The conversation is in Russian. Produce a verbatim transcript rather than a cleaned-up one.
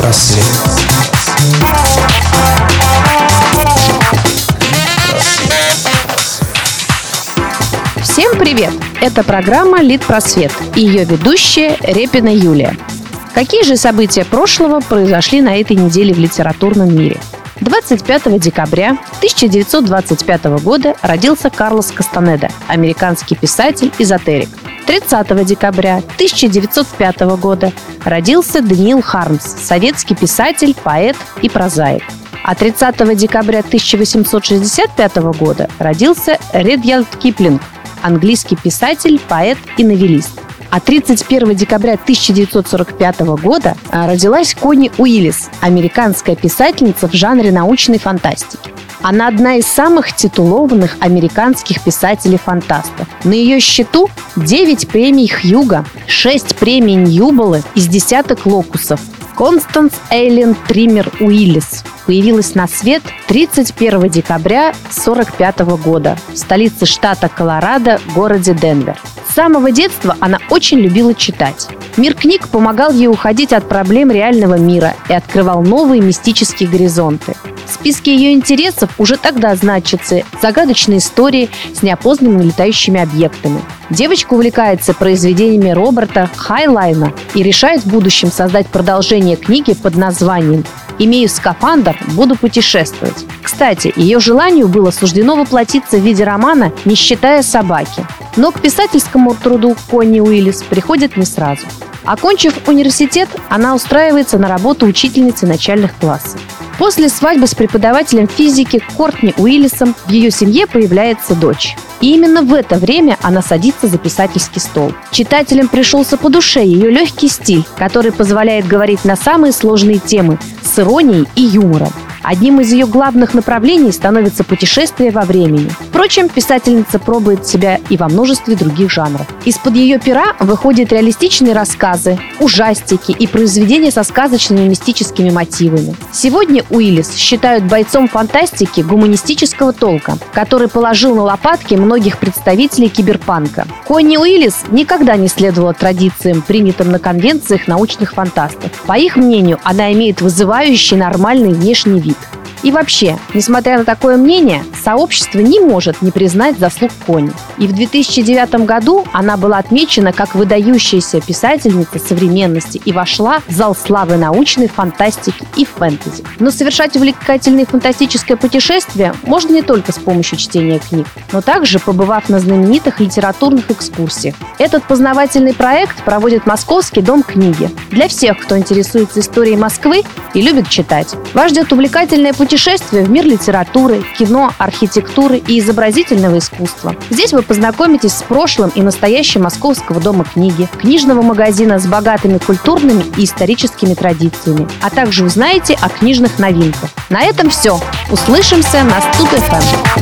Литпросвет. Всем привет! Это программа «Литпросвет» и ее ведущая Репина Юлия. Какие же события прошлого произошли на этой неделе в литературном мире? двадцать пятого декабря тысяча девятьсот двадцать пятого года родился Карлос Кастанеда, американский писатель-эзотерик. тридцатого декабря тысяча девятьсот пятого года родился Даниил Хармс, советский писатель, поэт и прозаик. А тридцатого декабря тысяча восемьсот шестьдесят пятого года родился Редьярд Киплинг, английский писатель, поэт и новеллист. А тридцать первого декабря тысяча девятьсот сорок пятого года родилась Конни Уиллис, американская писательница в жанре научной фантастики. Она одна из самых титулованных американских писателей-фантастов. На ее счету девять премий Хьюга, шесть премий Ньюболы из десяток локусов. Констанс Эйлин Триммер Уиллис появилась на свет тридцать первого декабря сорок пятого года в столице штата Колорадо, городе Денвер. С самого детства она очень любила читать. Мир книг помогал ей уходить от проблем реального мира и открывал новые мистические горизонты. В списке ее интересов уже тогда значатся загадочные истории с неопознанными летающими объектами. Девочка увлекается произведениями Роберта Хайлайна и решает в будущем создать продолжение книги под названием «Имею скафандр, буду путешествовать». Кстати, ее желанию было суждено воплотиться в виде романа «Не считая собаки». Но к писательскому труду Конни Уиллис приходит не сразу. Окончив университет, она устраивается на работу учительницей начальных классов. После свадьбы с преподавателем физики Кортни Уиллисом в ее семье появляется дочь. И именно в это время она садится за писательский стол. Читателям пришелся по душе ее легкий стиль, который позволяет говорить на самые сложные темы с иронией и юмором. Одним из ее главных направлений становится путешествие во времени. Впрочем, писательница пробует себя и во множестве других жанров. Из-под ее пера выходят реалистичные рассказы, ужастики и произведения со сказочными мистическими мотивами. Сегодня Уиллис считают бойцом фантастики гуманистического толка, который положил на лопатки многих представителей киберпанка. Конни Уиллис никогда не следовала традициям, принятым на конвенциях научных фантастов. По их мнению, она имеет вызывающий нормальный внешний вид. И вообще, несмотря на такое мнение, сообщество не может не признать заслуг Конни. И в две тысячи девятом году она была отмечена как выдающаяся писательница современности и вошла в зал славы научной фантастики и фэнтези. Но совершать увлекательные фантастическое путешествие можно не только с помощью чтения книг, но также побывав на знаменитых литературных экскурсиях. Этот познавательный проект проводит Московский дом книги. Для всех, кто интересуется историей Москвы и любит читать, вас ждет увлекательное путешествие Путешествие в мир литературы, кино, архитектуры и изобразительного искусства. Здесь вы познакомитесь с прошлым и настоящим Московского дома книги, книжного магазина с богатыми культурными и историческими традициями, а также узнаете о книжных новинках. На этом все. Услышимся на Студ эф эм.